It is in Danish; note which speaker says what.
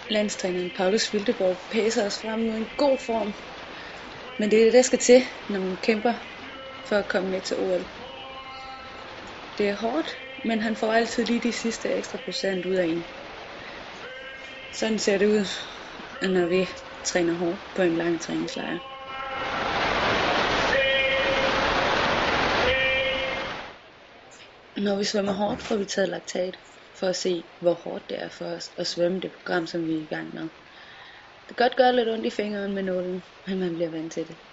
Speaker 1: Landstræneren Paulus Wildeborg pæser os frem mod en god form. Men det er det, der skal til, når man kæmper for at komme med til OL. Det er hårdt, men han får altid lige de sidste ekstra procent ud af en. Sådan ser det ud, når vi træner hårdt på en lang træningslejr. Når vi svømmer hårdt, får vi taget laktat for at se, hvor hårdt det er for os at svømme det program, som vi er i gang med. Det kan godt gøre lidt ondt i fingeren med nålen, men man bliver vant til det.